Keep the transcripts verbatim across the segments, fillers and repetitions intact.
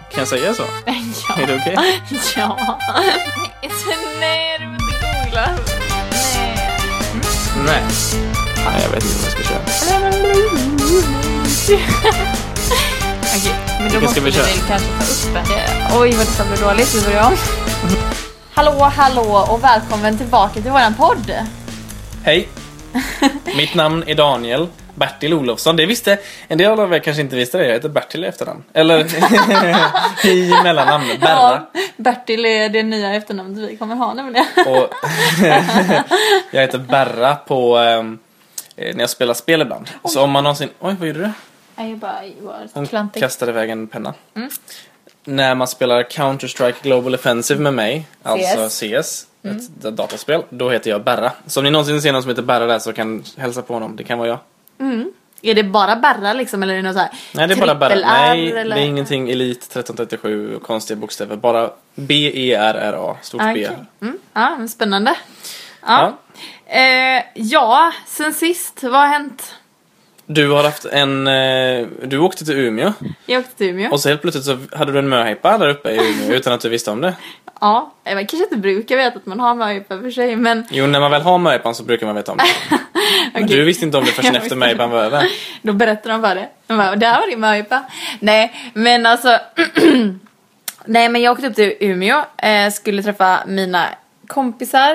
Kan jag säga så? Ja. Är det okej? Ja. Nej, du vill inte googla. Nej. Nej. Nej, jag vet inte vad jag ska köra. Okej, men då Vilken måste ska vi vi köra? väl kanske ta upp det. Oj, vad det blir dåligt. Vi börjar om. Hallå, hallå och välkommen tillbaka till våran podd. Hej. Mitt namn är Daniel Bertil Olofsson. Det visste en del av er kanske inte visste det. Jag heter Bertil i efternamn. Eller i mellannamn, Berra. Ja, Bertil är det nya efternamnet vi kommer ha nämligen. Och jag heter Berra på um, när jag spelar spel ibland. Oh. Så om man någonsin... Oj, vad gjorde du? Jag bara var Hon klantig. kastade iväg en penna. Mm. När man spelar Counter-Strike Global Offensive med mig, alltså C S. C S, mm. ett dataspel, då heter jag Berra. Så om ni någonsin ser någon som heter Berra där så kan hälsa på honom, det kan vara jag. Mm. Är det bara Berra liksom, eller är det något så här? Nej, det är bara Berra. Nej, eller? det är ingenting Elite tretton trettiosju och konstiga bokstäver. Bara B E R R A, stort Okay. B. Mm. Ja, men spännande. Ja. Ja. Eh, ja, sen sist, vad har hänt? Du har haft en... Eh, du åkte till Umeå. Jag åkte till Umeå. Och så helt plötsligt så hade du en möhippa där uppe i Umeå utan att du visste om det. Ja, man kanske inte brukar veta att man har möhippa för sig, men... Jo, när man väl har möhippan så brukar man veta om det. Men okay. Du visste inte om det förrän efter möhippan var över. Då berättar de för det. De bara, det här var din möhippa. Nej, men alltså... Nej, men jag åkte upp till Umeå. Eh, skulle träffa mina kompisar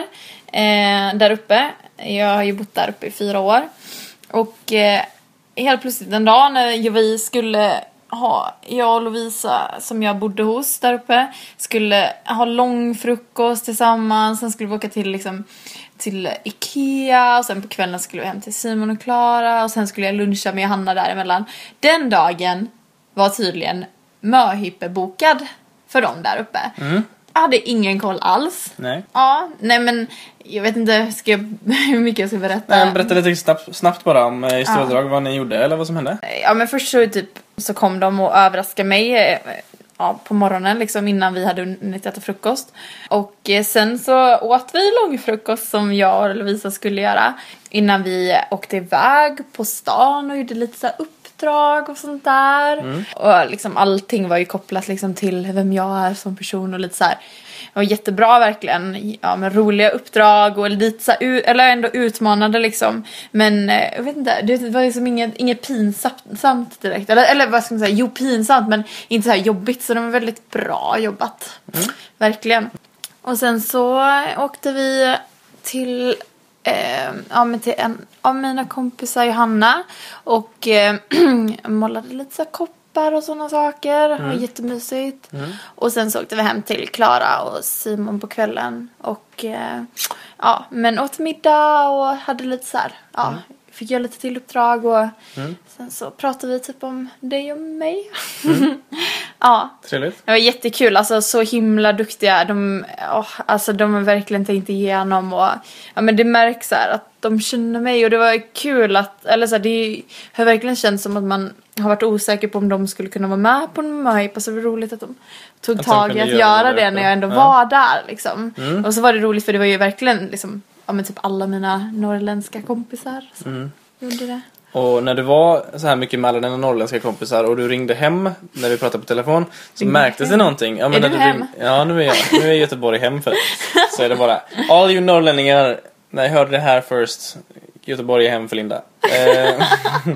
eh, där uppe. Jag har ju bott där uppe i fyra år. Och... Eh, helt plötsligt en dag när vi skulle ha, jag och Lovisa som jag bodde hos där uppe, skulle ha lång frukost tillsammans. Sen skulle vi åka till liksom till Ikea och sen på kvällen skulle vi hem till Simon och Klara och sen skulle jag luncha med Hanna däremellan. Den dagen var tydligen möhippebokad för dem där uppe. Mm. Jag hade ingen koll alls. Nej. Ja, nej men jag vet inte ska jag, hur mycket jag ska berätta. Nej, berätta lite snabbt, snabbt bara om i stora drag vad ni gjorde eller vad som hände. Ja, men först så typ så kom de och överraskade mig ja, på morgonen liksom innan vi hade hunnit äta frukost. Och sen så åt vi långfrukost som jag och Lovisa skulle göra innan vi åkte iväg på stan och gjorde lite så här uppdrag och sånt där. Mm. Och liksom allting var ju kopplat liksom till vem jag är som person och lite så här. Det var jättebra verkligen. Ja, med roliga uppdrag och lite så här, eller ändå utmanande liksom. Men jag vet inte, det var ju som inget, inget pinsamt direkt. Eller, eller vad ska man säga, jo pinsamt men inte så här jobbigt. Så det var väldigt bra jobbat. Mm. Verkligen. Och sen så åkte vi till, eh, ja, men till en av mina kompisar, Johanna. Och eh, målade lite så här koppar och sådana saker. Det var mm. jättemysigt. Mm. Och sen så åkte vi hem till Klara och Simon på kvällen. Och eh, ja, men åt middag och hade lite så här, ja, mm. fick göra lite till uppdrag och mm. sen så pratade vi typ om dig och mig. Mm. Ja. Trevligt. Det var jättekul, alltså så himla duktiga. De, oh, alltså de är verkligen tänkt igenom och ja, men det märks så här att de känner mig och det var kul att, eller så här, det har verkligen känts som att man har varit osäker på om de skulle kunna vara med på en möhippa, så det var roligt att de tog att tag i att göra det, det när jag ändå ja. var där liksom. Mm. Och så var det roligt för det var ju verkligen liksom, ja men typ alla mina norrländska kompisar som mm. gjorde det. Och när du var så här mycket med alla dina norrländska kompisar och du ringde hem när vi pratade på telefon så ringde märktes det någonting. Ja, men är när du hem? Ring... Ja, nu är jag. Nu är Göteborg hem för det. Så är det bara all you norrlänningar, när jag hörde det här först, Göteborg är hem för Linda. Eh,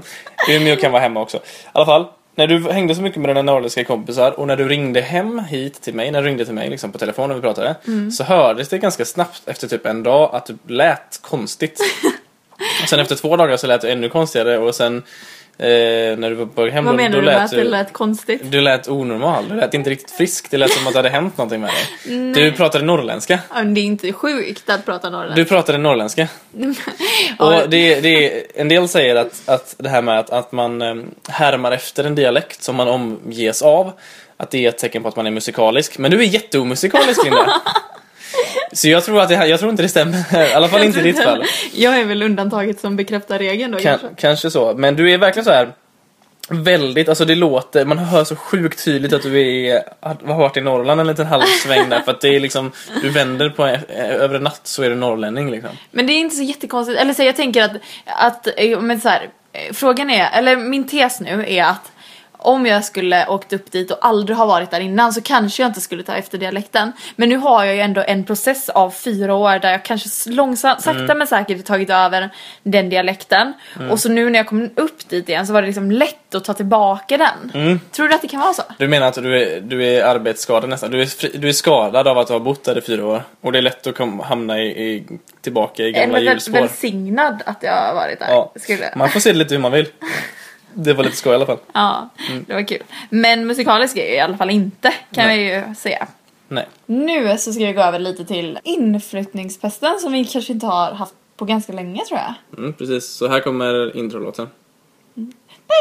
Umeå kan vara hemma också. I alla fall, när du hängde så mycket med dina norrländska kompisar och när du ringde hem hit till mig, när du ringde till mig liksom på telefon när vi pratade, mm. så hördes det ganska snabbt efter typ en dag att du lät konstigt. Och sen efter två dagar så lät det ännu konstigare och sen eh, när du var på hem vad då, menar då du lät med att det lät konstigt? Du lät onormal, du lät inte riktigt frisk. Det lät som att det hade hänt någonting med dig. Nej. Du pratade norrländska. Ja, det är inte sjukt att prata norrländska. Du pratade norrländska. Och det, det är, en del säger att, att det här med att, att man eh, härmar efter en dialekt som man omges av, att det är ett tecken på att man är musikalisk. Men du är jätteomusikalisk, Linda. Så jag tror att det här, jag tror inte det stämmer. I alla fall inte i ditt fall. Jag är väl undantaget som bekräftar regeln då. Kan, kanske. kanske så. Men du är verkligen så här väldigt, alltså det låter, man hör så sjukt tydligt att du är, har varit i Norrland en liten halvsväng där. För att det är liksom, du vänder på över en natt så är du norrlänning liksom. Men det är inte så jättekonstigt. Eller så jag tänker att, att men så här, frågan är, eller min tes nu är att om jag skulle åkt upp dit och aldrig ha varit där innan så kanske jag inte skulle ta efter dialekten. Men nu har jag ju ändå en process av fyra år där jag kanske långsamt, sakta mm. men säkert tagit över den dialekten. Mm. Och så nu när jag kom upp dit igen så var det liksom lätt att ta tillbaka den. Mm. Tror du att det kan vara så? Du menar att du är, du är arbetsskadad nästan? Du är, fri, du är skadad av att ha bott där i fyra år. Och det är lätt att kom, hamna i, i, tillbaka i gamla hjulspår. Eller välsignad att jag har varit där. Ja. Man får se det lite hur man vill. Det var lite skoj i alla fall. Ja, mm. det var kul. Men musikalisk är jag i alla fall inte, kan Nej. vi ju säga. Nej. Nu så ska vi gå över lite till inflyttningspesten som vi kanske inte har haft på ganska länge, tror jag. Mm, precis, så här kommer introlåten. Mm.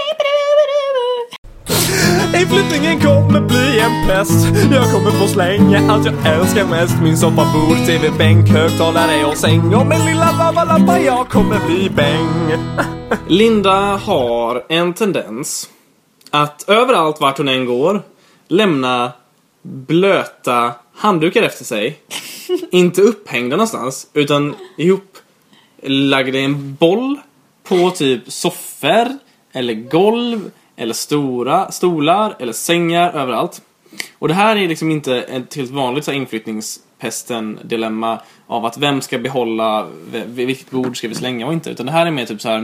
Inflyttningen kommer bli en pest. Jag kommer få slänga allt jag älskar mest. Min soffa, bord, tv-bänk, högtalare och säng. Och min lilla lavalampa, jag kommer bli bäng. Linda har en tendens att överallt vart hon än går lämna blöta handdukar efter sig. Inte upphängda någonstans, utan ihop lagda i en boll på typ soffor eller golv eller stora stolar eller sängar överallt. Och det här är liksom inte ett helt vanligt så här inflyttningspesten dilemma av att vem ska behålla, vilket bord ska vi slänga och inte, utan det här är mer typ så här.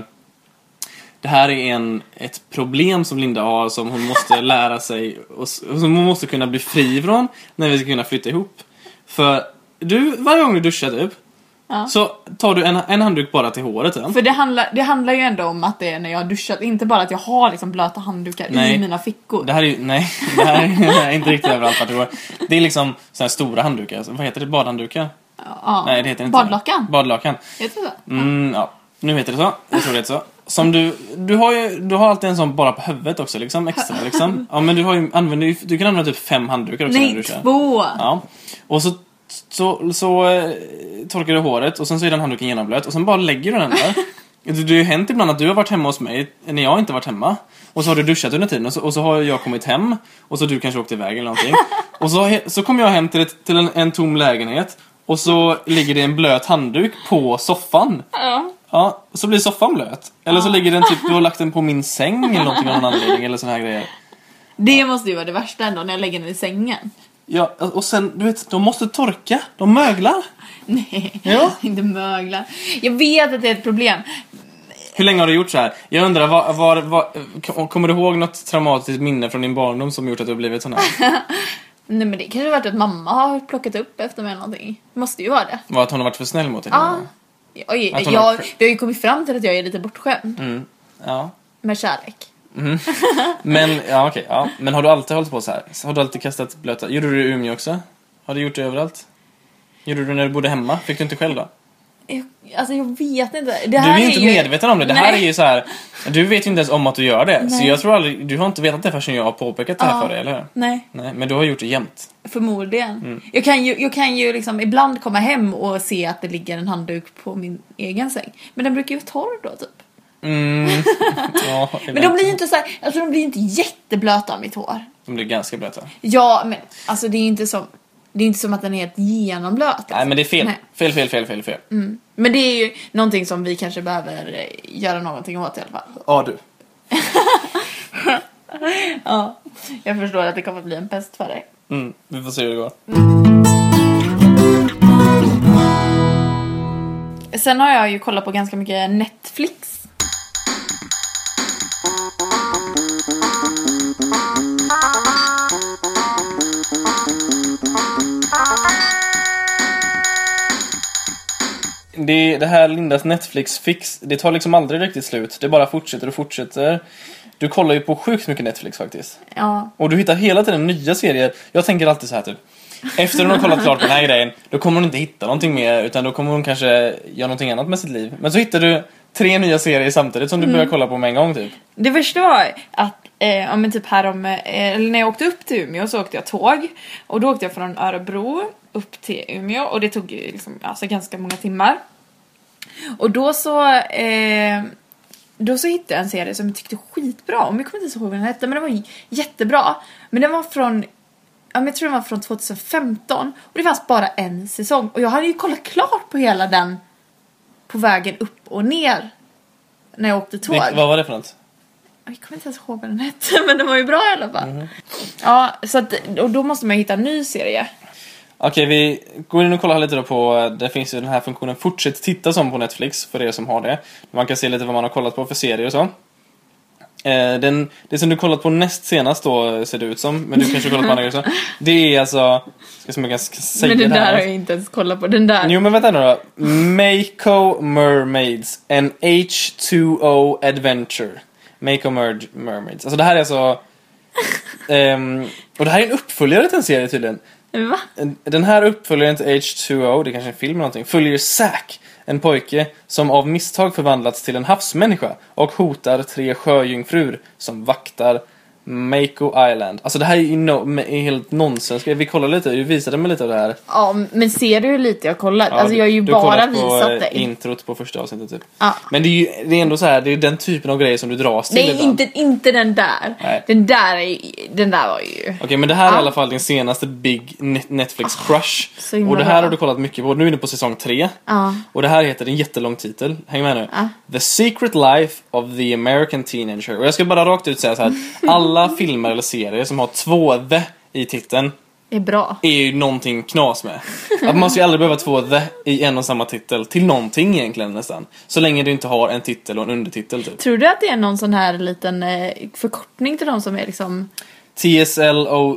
Det här är en, ett problem som Linda har som hon måste lära sig och som hon måste kunna bli fri från när vi ska kunna flytta ihop. För du, varje gång du duschar typ, ja. så tar du en, en handduk bara till håret. Ja? För det handlar, det handlar ju ändå om att det är när jag har duschat, inte bara att jag har liksom blöta handdukar nej. i mina fickor. Det här är ju, nej, det här är, det här är inte riktigt överallt vart det går. Det är liksom sådana stora handdukar. Alltså, vad heter det? Badhanddukar? Ja. Nej, det heter inte. Badlakan. Badlakan. Heter det så? Mm, ja. Nu heter det så. Jag tror det är så. Som du, du har ju, du har alltid en sån bara på huvudet också liksom, extra liksom. Ja, men du har ju, använder ju, du kan använda typ fem handdukar också. Nej, när du kör. två. Ja. Och så så, så eh, torkar du håret och sen så är den handduken genomblöt och sen bara lägger du den där. Det, det har ju hänt ibland att du har varit hemma hos mig när jag inte varit hemma. Och så har du duschat under tiden och så, och så har jag kommit hem och så har du kanske åkt iväg eller någonting. Och så, så kommer jag hem till, ett, till en, en tom lägenhet och så ligger det en blöt handduk på soffan. Ja. Ja, så blir soffan blöt. Eller så ligger den typ, du har lagt den på min säng eller någonting av någon anledning eller sån här grejer. Det måste ju vara det värsta ändå när jag lägger den i sängen. Ja, och sen, du vet, de måste torka. De möglar. Nej, ja. inte möglar. Jag vet att det är ett problem. Hur länge har du gjort så här? Jag undrar, var, var, var, kommer du ihåg något traumatiskt minne från din barndom som gjort att du har blivit sån här? Nej, men det kanske har varit att mamma har plockat upp efter mig eller någonting. Det måste ju vara det. Var att hon har varit för snäll mot dig? Ja. Oj, jag, har... Vi har ju kommit fram till att jag är lite bortskämd. Mm. Ja. Med kärlek. Mm. Men, ja okej, ja. Men har du alltid hållit på så här? Har du alltid kastat blöta? Gjorde du det i Umeå också? Har du gjort det överallt? Gjorde du det när du bodde hemma? Fick du inte själv då? Jag, alltså jag vet inte. Det du här är ju inte ju... medveten om det. Det Nej. här är ju så här. Du vet ju inte ens om att du gör det. Nej. Så jag tror aldrig, du har inte vetat det förrän jag har påpekat det här ja. för dig, eller? Nej. Nej. Men du har gjort det jämt. Förmodligen. Mm. Jag kan ju, jag kan ju liksom ibland komma hem och se att det ligger en handduk på min egen säng. Men den brukar ju vara torr då typ. Mm. Ja, men de blir ju inte så här, alltså de blir inte jätteblöta av mitt hår. De blir ganska blöta. Ja, men alltså det är inte som det är inte som att den är helt genomblöt. Alltså. Nej, men det är fel. Nej. Fel, fel, fel, fel, fel. Mm. Men det är ju någonting som vi kanske behöver göra någonting åt i alla fall. Ja, du. Ja, jag förstår att det kommer att bli en pest för dig. Mm, vi får se hur det går. Mm. Sen har jag ju kollat på ganska mycket Netflix. Det, det här Lindas Netflix-fix, det tar liksom aldrig riktigt slut. Det bara fortsätter och fortsätter. Du kollar ju på sjukt mycket Netflix faktiskt. Ja. Och du hittar hela tiden nya serier. Jag tänker alltid så här typ. Efter hon har kollat klart på den här grejen, då kommer hon inte hitta någonting mer. Utan då kommer hon kanske göra någonting annat med sitt liv. Men så hittar du tre nya serier samtidigt som du mm. börjar kolla på med en gång typ. Det första var att eh, men typ här om, eh, när jag åkte upp till Umeå så åkte jag tåg. Och då åkte jag från Örebro upp till Umeå. Och det tog ju liksom, alltså, ganska många timmar. Och då så eh, då så hittade jag en serie som jag tyckte skitbra. Om jag kommer inte ihåg vad den hette, men den var jättebra. Men den var från, ja, men jag tror den var från tjugohundrafemton. Och det fanns bara en säsong. Och jag hade ju kollat klart på hela den på vägen upp och ner när jag åkte tåg. Vilk, vad var det för något? jag kommer inte ens ihåg vad den hette, men den var ju bra i alla fall. Mm. Ja, så att, och då måste man hitta en ny serie. Okej, vi går in och kollar lite då på, det finns ju den här funktionen fortsätt titta som på Netflix för er som har det. Man kan se lite vad man har kollat på för serier och så. Eh, den, det som du kollat på näst senast då ser det ut som, men du kanske kollat på andra grejer så. Det är alltså, ska som jag ska säga men den det här. där har jag inte ens kollat på, den där. Jo men vänta nu då. Mako Mermaids, an H two O adventure. Mako Mer- Mermaids. Alltså det här är alltså um, och det här är en uppföljare till en serie tydligen. Va? Den här uppföljaren till H two O, det är kanske en film eller någonting, följer Zack, en pojke som av misstag förvandlats till en havsmänniska och hotar tre sjöjungfrur som vaktar Mako Island. Alltså det här är ju no, är helt nonsens. Ska vi kolla lite? Du visade mig lite av det här. Ja, men ser du hur lite jag kollat? Ja, alltså jag har ju du bara på, visat eh, dig introt på första avsnittet typ. Ja. Men det är ju det är ändå så här, det är den typen av grejer som du dras till. Nej, inte, inte den där. Nej. Den där är, den där var ju... Okej, okay, men det här är Ja. i alla fall din senaste big Netflix crush. så himla Och det här bra. har du kollat mycket på. Nu är du på säsong tre. Ja. Och det här heter en jättelång titel. Häng med nu. Ja. The Secret Life of the American Teenager. Och jag ska bara rakt ut säga så här. Alla filmer eller serier som har två the i titeln Det är bra. är ju någonting knas med. Att man måste ju aldrig behöva två the i en och samma titel till någonting egentligen nästan. Så länge du inte har en titel och en undertitel typ. Tror du att det är någon sån här liten eh, förkortning till de som är liksom... T S L O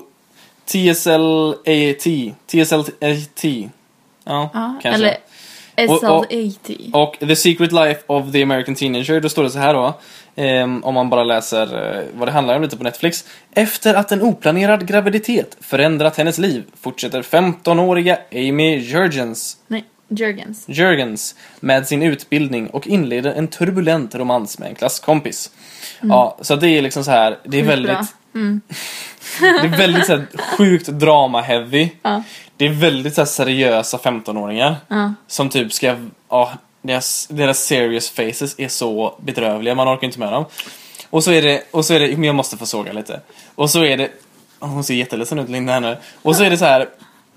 T S L A T T S L A T. Ja, Ja, kanske. eller S L A T. Och The Secret Life of the American Teenager, då står det så här då. Um, om man bara läser uh, vad det handlar om lite på Netflix. Efter att en oplanerad graviditet förändrat hennes liv fortsätter femtonåriga Amy Jurgens Nej, Jurgens. Jurgens med sin utbildning och inleder en turbulent romans med en klasskompis. Mm. Ja, så det är liksom så här, det är Sjukt väldigt bra. Mm. det är väldigt så här, sjukt drama heavy. Ja. Det är väldigt så här, seriösa femtonåringar Ja. som typ ska, ja, deras, deras serious faces är så bedrövliga, man orkar inte med dem. Och så är det, och så är det, men jag måste få såga lite. Och så är det, oh, hon ser jätteledsen ut, Linda här nu. Och så är det så här,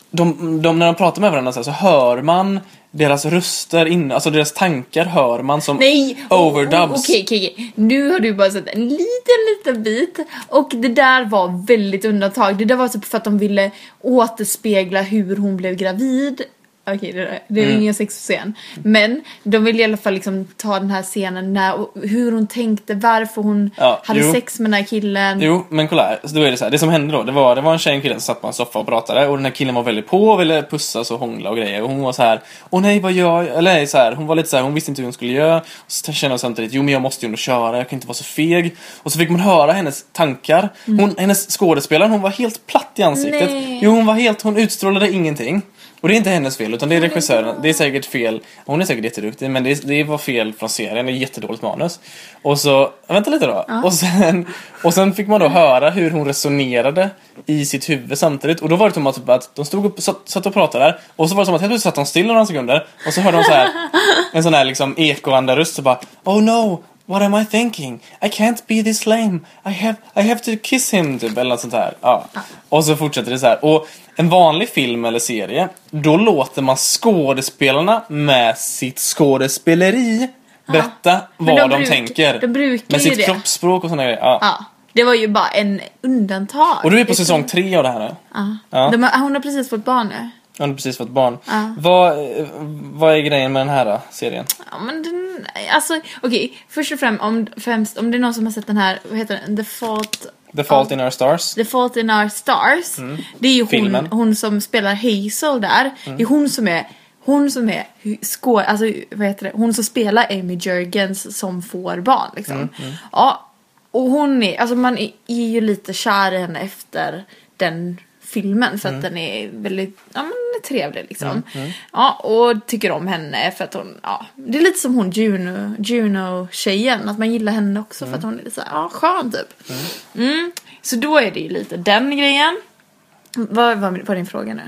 de, de, när de pratar med varandra så, här, så hör man deras röster in, alltså deras tankar hör man som Nej, overdubs. Okej, okej, okej. Nu har du bara sett en liten, liten bit. Och det där var väldigt undantag. Det där var typ för att de ville återspegla hur hon blev gravid. Okej, det, det är mm. ingen sexscen. Men de vill i alla fall liksom ta den här scenen när, och hur hon tänkte, varför hon ja, hade jo. sex med den här killen. Jo, men kolla här. Då är det så här, det som hände då, det var, det var en tjej och kille som satt på en soffa och pratade. Och den här killen var väldigt på och ville pussas och hångla och grejer. Och hon var så här, åh nej, vad gör jag? Eller nej, så här, hon var lite så här, hon visste inte hur hon skulle göra. Och så kände hon samtidigt, jo men jag måste ju ändå köra, jag kan inte vara så feg. Och så fick man höra hennes tankar. Hon, mm. hennes skådespelare, hon var helt platt i ansiktet. Nej. Jo, hon var helt, hon utstrålade ingenting. Och det är inte hennes fel, utan det är regissören. Det är säkert fel. Hon är säkert jätteduktig, men det, det var fel från serien. Det är jättedåligt manus. Och så, vänta lite då. Ja. Och, sen, och sen fick man då höra hur hon resonerade i sitt huvud samtidigt. Och då var det som att, att de stod upp och satt, satt och pratade där. Och så var det som att helt plötsligt satt de still några sekunder. Och så hörde de så här, en sån här liksom ekoanda röst och bara, oh no, what am I thinking? I can't be this lame. I have, I have to kiss him, typ, eller något sånt här. Ja. Och så fortsätter det så här. Och en vanlig film eller serie, då låter man skådespelarna med sitt skådespeleri berätta ja. vad de de bruk, tänker. De brukar med sitt det. kroppsspråk och såna grejer. Ja. Ja. Det var ju bara en undantag. Och du är på säsong tre av det här nu. Ja. Ja. De har, hon har precis fått barn nu. Hon har precis fått barn. Ja. Vad, vad är grejen med den här då, serien? Ja, men den, alltså, okej, okay, först och främst om, främst om det är någon som har sett den här, vad heter den? The Fault... The Fault of, in Our Stars. The Fault in Our Stars. Mm. Det är ju hon, hon som spelar Hazel där. Mm. Det är hon som är hon som är skå, alltså vad heter det? Hon som spelar Amy Jurgens som får barn liksom. Mm. Mm. Ja, och hon är, alltså man är, är ju lite kär i henne efter den filmen för att mm. den är väldigt, ja men den är trevlig liksom. Mm. Mm. Ja, och tycker om henne för att hon, ja, det är lite som hon Juno, Juno-tjejen, att man gillar henne också mm. för att hon är lite så här, ja, skön typ. Mm. Mm. Så då är det ju lite den grejen. Vad var din fråga nu?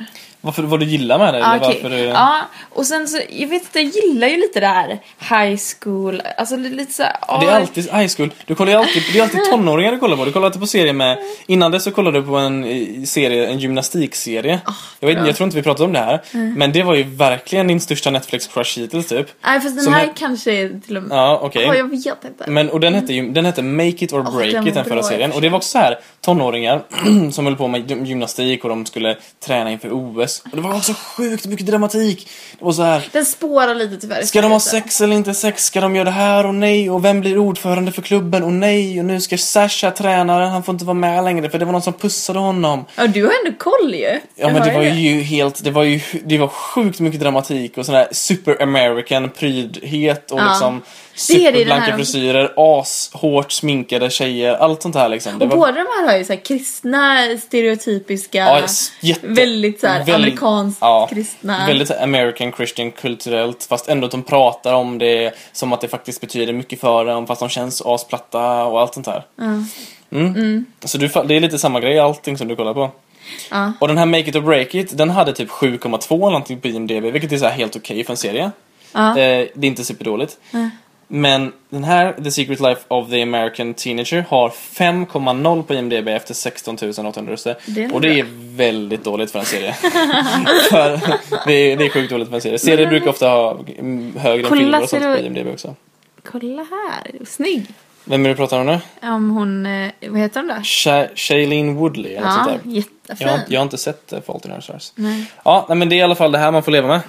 varför, vad du gillar med det? Ah, eller okay. varför du... Ja, och sen så, jag vet inte, jag gillar ju lite det här high school, alltså lite så här, Det är alltid high school. Du kollar ju alltid, det är alltid tonåringar du kollar på. Du kollar alltid på serier med, innan det så kollade du på en serie, en gymnastikserie. Oh, jag vet inte, jag tror inte vi pratade om det här. Mm. Men det var ju verkligen din största Netflix-crush hittills typ. Nej, fast den Som här he- kanske är till och med... Ja, okej. Okay. Oh, jag vet inte. Men, och den hette ju, den hette Make It or Break oh, It, den förra serien. Och det var också så här tonåringar som höll på med gymnastik och de skulle träna inför O S. Och det var också sjukt mycket dramatik. Det var så här. Den spårar lite tyvärr. Ska de ha sex eller inte sex? Ska de göra det här? Och nej. Och vem blir ordförande för klubben? Och nej. Och nu ska Sasha, tränaren, han får inte vara med längre för det var någon som pussade honom. Ja, du har ändå koll ju. Ja, men det var ju det. helt, det var ju, det var sjukt mycket dramatik och sån här super American prydhet och ja. liksom superblanka här... frisyrer, as, hårt sminkade tjejer, allt sånt här liksom. Det och var... båda de här har ju så här kristna, stereotypiska, ja, jätte... väldigt så här väldigt... amerikanskt ja, kristna. Väldigt American Christian kulturellt, fast ändå att de pratar om det som att det faktiskt betyder mycket för dem, fast de känns asplatta och allt sånt här. Mm. Mm. Mm. Så du, det är lite samma grej allting som du kollar på. Ja. Och den här Make It or Break It, den hade typ sju komma två någonting på I M D B, vilket är så här helt okej okay för en serie. Ja. Eh, det är inte superdåligt. Ja. Men den här The Secret Life of the American Teenager har fem komma noll på I M D B efter sexton tusen åttahundra röster. Och det är väldigt dåligt för en serie. för det, är, det är sjukt dåligt för en serie. Serier brukar ofta ha högre Kolla, filmer och sånt du... på I M D B också. Kolla här, snygg. Vem är det du pratar om nu? Om hon, vad heter hon då? Sh- Shailene Woodley eller ja, sånt där. Jättefin. Jag, jag har inte sett uh, Fault in Our Stars. Nej. Ja, men det är i alla fall det här man får leva med.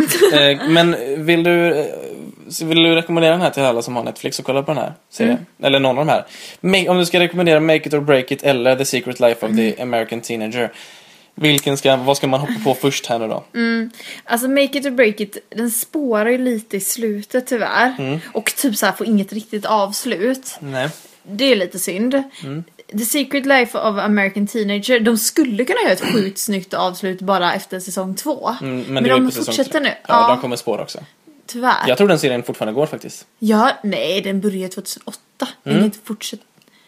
eh, men vill du vill du rekommendera den här till alla som har Netflix och kollar på den här serien? Mm. Eller någon av de här. Make, om du ska rekommendera Make It or Break It eller The Secret Life of mm. the American Teenager, vilken ska, vad ska man hoppa på först här nu då? Mm. Alltså Make It or Break It, den spårar ju lite i slutet tyvärr. Mm. Och typ så här får inget riktigt avslut. Nej. Det är lite synd. Mm. The Secret Life of American Teenager, de skulle kunna göra ett sjukt snyggt avslut bara efter säsong två. Mm, men men det de fortsätter nu. Ja, ja, de kommer spåra också. Tyvärr. Jag tror den serien fortfarande går faktiskt. Ja, nej, den började tjugohundraåtta. Den är inte fortsatt.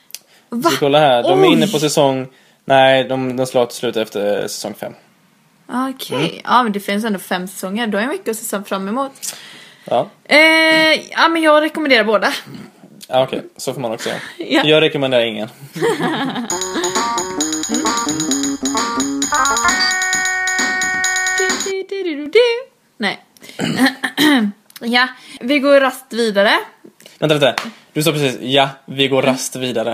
Va? Så kolla här, de Oj. är inne på säsong... Nej, de, de slår till slut efter säsong fem. Okej, okay. mm. Ja, men det finns ändå fem säsonger. Då är jag mycket att se fram emot. Ja. Eh, ja, men jag rekommenderar båda. Ja, okej. Okay. Så får man också göra. Ja. Jag rekommenderar ingen. Nej. Ja, vi går rast vidare. Vänta lite. Du sa precis, ja, vi går rast vidare.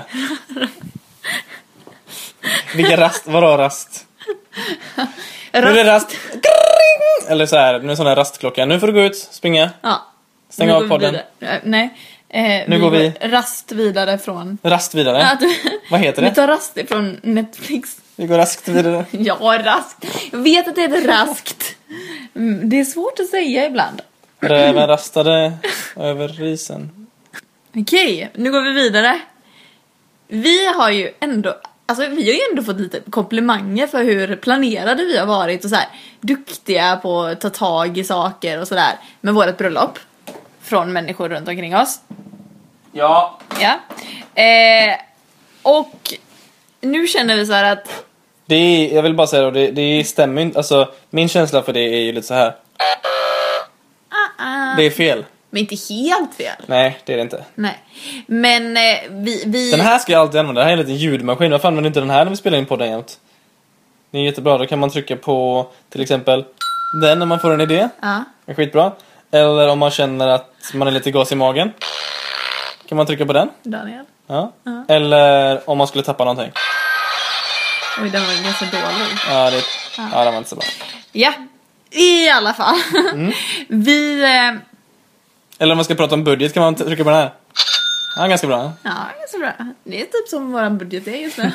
Vilka rast? Vadå rast? rast? Nu är det rast. Eller så här, nu är sån här rastklocka. Nu får du gå ut, springa. Ja. Stäng av podden. Nej. Eh, nu vi går vi rast vidare från... Rast vidare? Ja, du... Vad heter det? Vi tar rast ifrån Netflix. Vi går raskt vidare. Ja, raskt. Jag vet att det är raskt. Det är svårt att säga ibland. Räven rastade över risen. Okej, nu går vi vidare. Vi har ju ändå... Alltså vi har ju ändå fått lite komplimanger för hur planerade vi har varit och så här duktiga på att ta tag i saker och sådär med vårt bröllop från människor runt omkring oss. Ja. Ja. Eh, och nu känner vi så här att det är, jag vill bara säga det, det stämmer inte. Alltså min känsla för det är ju lite så här. Uh-uh. Det är fel. Men inte helt fel. Nej, det är det inte. Nej. Men eh, vi, vi... Den här ska jag alltid använda. Det här är en liten ljudmaskin. Varför använder inte den här när vi spelar in podden jämt? Det är jättebra. Då kan man trycka på till exempel den när man får en idé. Ja. Det är skitbra. Eller om man känner att man är lite gas i magen. Kan man trycka på den? Daniel. Ja. Ja. Eller om man skulle tappa någonting. Oj, den var ganska dålig. Ja, det, ja. ja, den var inte så bra. Ja, i alla fall. Mm. vi... Eh... Eller om man ska prata om budget kan man trycka på den här. Ja, ganska bra. Ja, ganska bra. Det är typ som vår budget är just nu.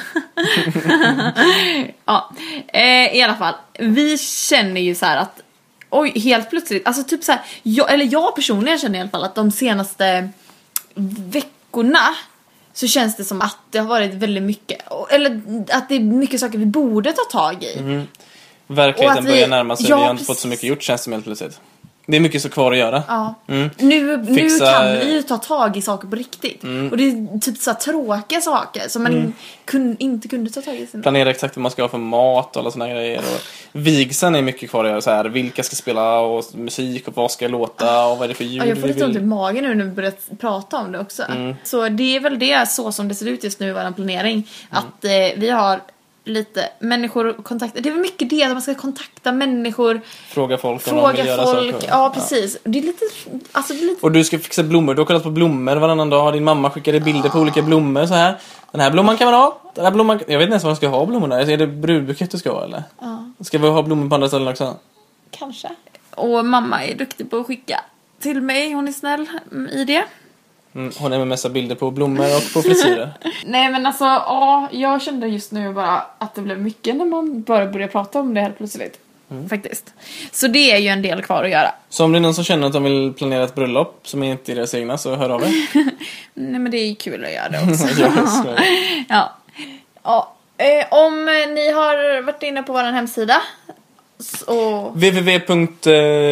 Ja, eh, i alla fall. Vi känner ju så här att oj, helt plötsligt, alltså typ så här, jag, eller jag personligen känner i alla fall att de senaste veckorna så känns det som att det har varit väldigt mycket, eller att det är mycket saker vi borde ta tag i. Mm. Verkligheten vi, börjar närma sig, ja, vi har inte precis. fått så mycket gjort känns det helt plötsligt. Det är mycket så kvar att göra. Ja. Mm. Nu, Fixa... nu kan vi ju ta tag i saker på riktigt. Mm. Och det är typ så här tråkiga saker som man mm. kun, inte kunde ta tag i sin. Planera exakt vad man ska ha för mat och alla såna grejer. Och vigseln är mycket kvar att göra. Så här, vilka ska spela och musik och vad ska låta och vad är det för ljud. Ja, jag får lite vill... ont i magen nu när vi börjar prata om det också. Mm. Så det är väl det så som det ser ut just nu i vår planering. Mm. Att eh, vi har lite människor kontakta. Det är väl mycket det att man ska kontakta människor. Fråga folk om Fråga de vill göra folk. saker. Ja, precis. Ja. Det är lite, alltså det är lite... Och du ska fixa blommor. Du har kollat på blommor varannan dag. Din mamma skickade bilder ja. på olika blommor så här. Den här blomman kan man ha. Den här blomman... Jag vet inte ens vad man ska ha blommorna. Är det brudbukett du ska ha eller? Ja. Ska vi ha blommor på andra ställen också? Kanske. Och mamma är duktig på att skicka till mig. Hon är snäll i det. Mm, hon är med massa bilder på blommor och på frisyrer. Nej men alltså, ja, jag kände just nu bara att det blev mycket när man bara började prata om det helt plötsligt. Mm. Faktiskt. Så det är ju en del kvar att göra. Så om det är någon som känner att de vill planera ett bröllop som är inte är deras egna, så hör av er. Nej men det är ju kul att göra det också. Ja. Ja. Eh, om ni har varit inne på vår hemsida så... w w w punkt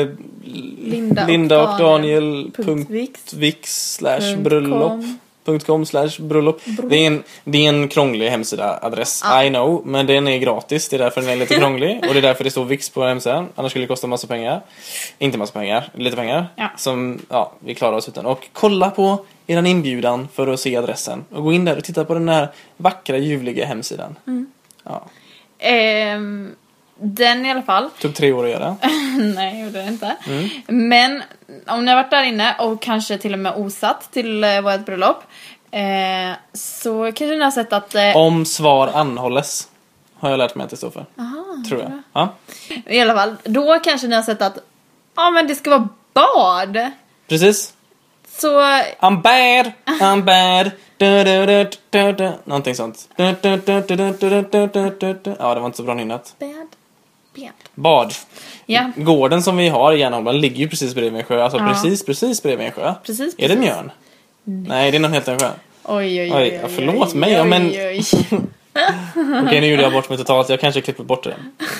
linda och daniel punkt vix slash bröllop punkt com slash bröllop. Det är en det är en krånglig hemsida-adress. Ja. I know, men den är gratis. Det är därför den är lite krånglig. Och det är därför det står Vix på hemsidan. Annars skulle det kosta massa pengar. Inte massa pengar, lite pengar. Ja. Som, ja, vi klarar oss utan. Och kolla på er inbjudan för att se adressen. Och gå in där och titta på den här vackra, ljuvliga hemsidan. Mm. Ja. Ehm... Den i alla fall. Tog tre år att göra. Nej, gjorde det inte. Mm. Men om ni har varit där inne och kanske till och med osatt till eh, vårt bröllop, eh, så kanske ni har sett att... Eh, om svar anhålles har jag lärt mig att det står för. Aha, tror jag. Ja. I alla fall, då kanske ni har sett att ja, men det ska vara bad. Precis. Så... I'm bad, I'm bad. Du, du, du, du, du. Någonting sånt. Du, du, du, du, du, du, du, du, du. Ja, det var inte så bra nynat. Bad. Bad. Bad. Ja. Gården som vi har i Järnholmen ligger ju precis bredvid en sjö. Alltså ja. precis, precis bredvid en sjö. Precis, precis. Är det Mjörn? Nej. Nej, det är någon helt annan sjö. Oj, oj, oj. oj, oj förlåt oj, mig. Ja, men... oj, oj. Okej, nu gjorde jag bort mig totalt. Jag kanske klipper bort det.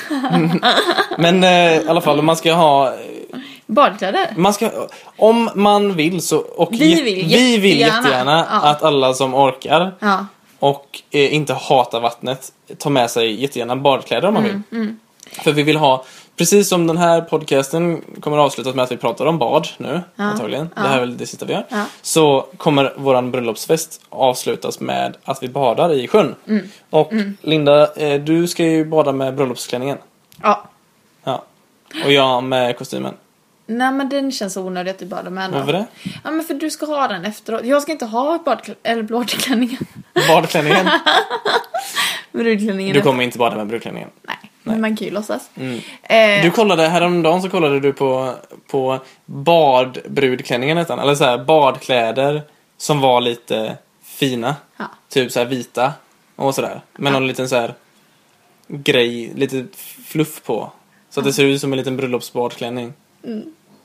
Men eh, i alla fall, om man ska ha... badkläder. Man ska, om man vill så... Och vi vill, vi vill jättegärna, jättegärna ja. att alla som orkar ja. och eh, inte hatar vattnet tar med sig jättegärna badkläder om man mm, vill. Mm. För vi vill ha, precis som den här podcasten kommer avslutas med att vi pratar om bad nu, ja. antagligen. Ja. Det här är väl det sista vi gör. Ja. Så kommer våran bröllopsfest avslutas med att vi badar i sjön. Mm. Och mm. Linda, eh, du ska ju bada med bröllopsklänningen. Ja. Ja. Och jag med kostymen. Nej, men den känns onödigt att du badar med den. Varför det? Ja, men för du ska ha den efteråt. Jag ska inte ha badklä- eller badklänningen. Badklänningen? Brudklänningen. Du kommer inte bada med brudklänningen? Nej, Nej. Men man kan ju låtsas. Mm. Eh. Du kollade, häromdagen så kollade du på, på badbrudklänningen nästan. Eller så här, badkläder som var lite fina. Ja. Typ så här vita och sådär. Men ja. någon liten så här grej, lite fluff på. Så att det ser ut som en liten bröllopsbadklänning. Mm.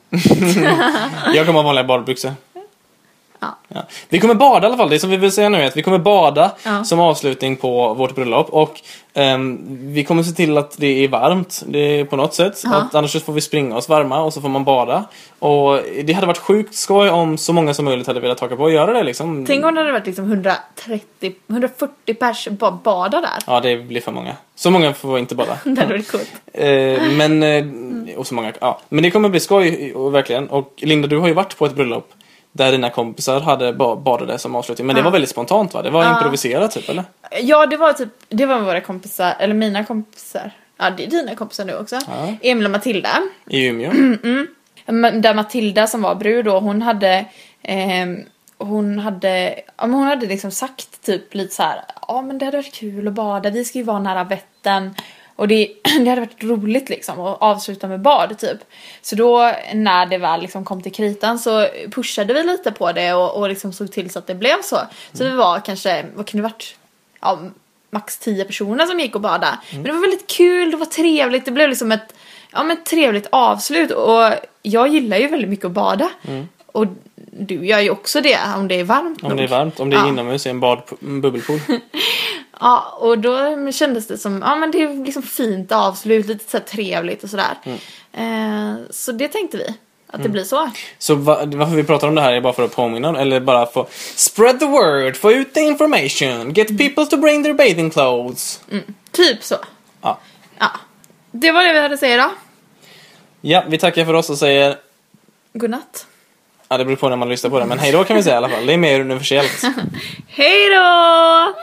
Jag kommer ha vanliga badbyxor. Ja. Ja. Vi kommer bada i alla fall. Det som vi vill säga nu är att vi kommer bada ja. som avslutning på vårt bröllop. Och um, vi kommer se till att det är varmt. Det är på något sätt. Ja. Att annars får vi springa oss varma och så får man bada. Och det hade varit sjukt skoj om så många som möjligt hade velat haka på och göra det liksom. Tänk om det hade varit liksom hundratrettio, hundrafyrtio pers bara bada där. Ja, det blir för många. Så många får inte bada. Det hade varit coolt. uh, Men uh, och så många, ja. Men det kommer bli skoj verkligen. Och Linda, du har ju varit på ett bröllop där dina kompisar hade badade som avslutning. Men det ja. var väldigt spontant, va? Det var ja. improviserat typ, eller? Ja, det var typ, det var våra kompisar, eller mina kompisar. Ja, det är dina kompisar nu också. Ja. Emil och Matilda. I Umeå. Mm, mm. Där Matilda som var brud då, hon hade... Eh, hon hade... Ja, men hon hade liksom sagt typ lite så här. Ja, men det hade varit kul att bada. Vi ska ju vara nära Vättern. Och det, det hade varit roligt liksom att avsluta med bad typ. Så då när det väl liksom kom till kritan så pushade vi lite på det och, och liksom såg till så att det blev så. Så mm. det var kanske, vad kunde det varit? Ja, max tio personer som gick och badade. Mm. Men det var väldigt kul, det var trevligt. Det blev liksom ett, ja, men ett trevligt avslut. Och jag gillar ju väldigt mycket att bada. Mm. Och du gör ju också det om det är varmt. Om nog. det är varmt, om det är ja. inomhus i en bad, en bubbelpool. Ja, och då kändes det som, ja men det är liksom fint avslut, lite så här trevligt och sådär. Mm. Eh, så det tänkte vi. att mm. det blir så. Så va, varför vi pratar om det här är bara för att påminna, eller bara för spread the word, få ut the information, get people to bring their bathing clothes. Mm. Typ så. Ja. Ja. Det var det vi hade att säga då. Ja, vi tackar för oss och säger godnatt. Ja, det beror på när man lyssnar på det, men hej då kan vi säga i alla fall. Det är mer universellt. Hej då!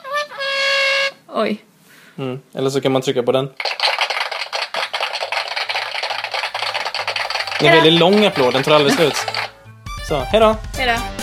Oj. Mm. Eller så kan man trycka på den. Det är en väldigt lång applåd, den tar aldrig slut. Så, hej då! Hej då!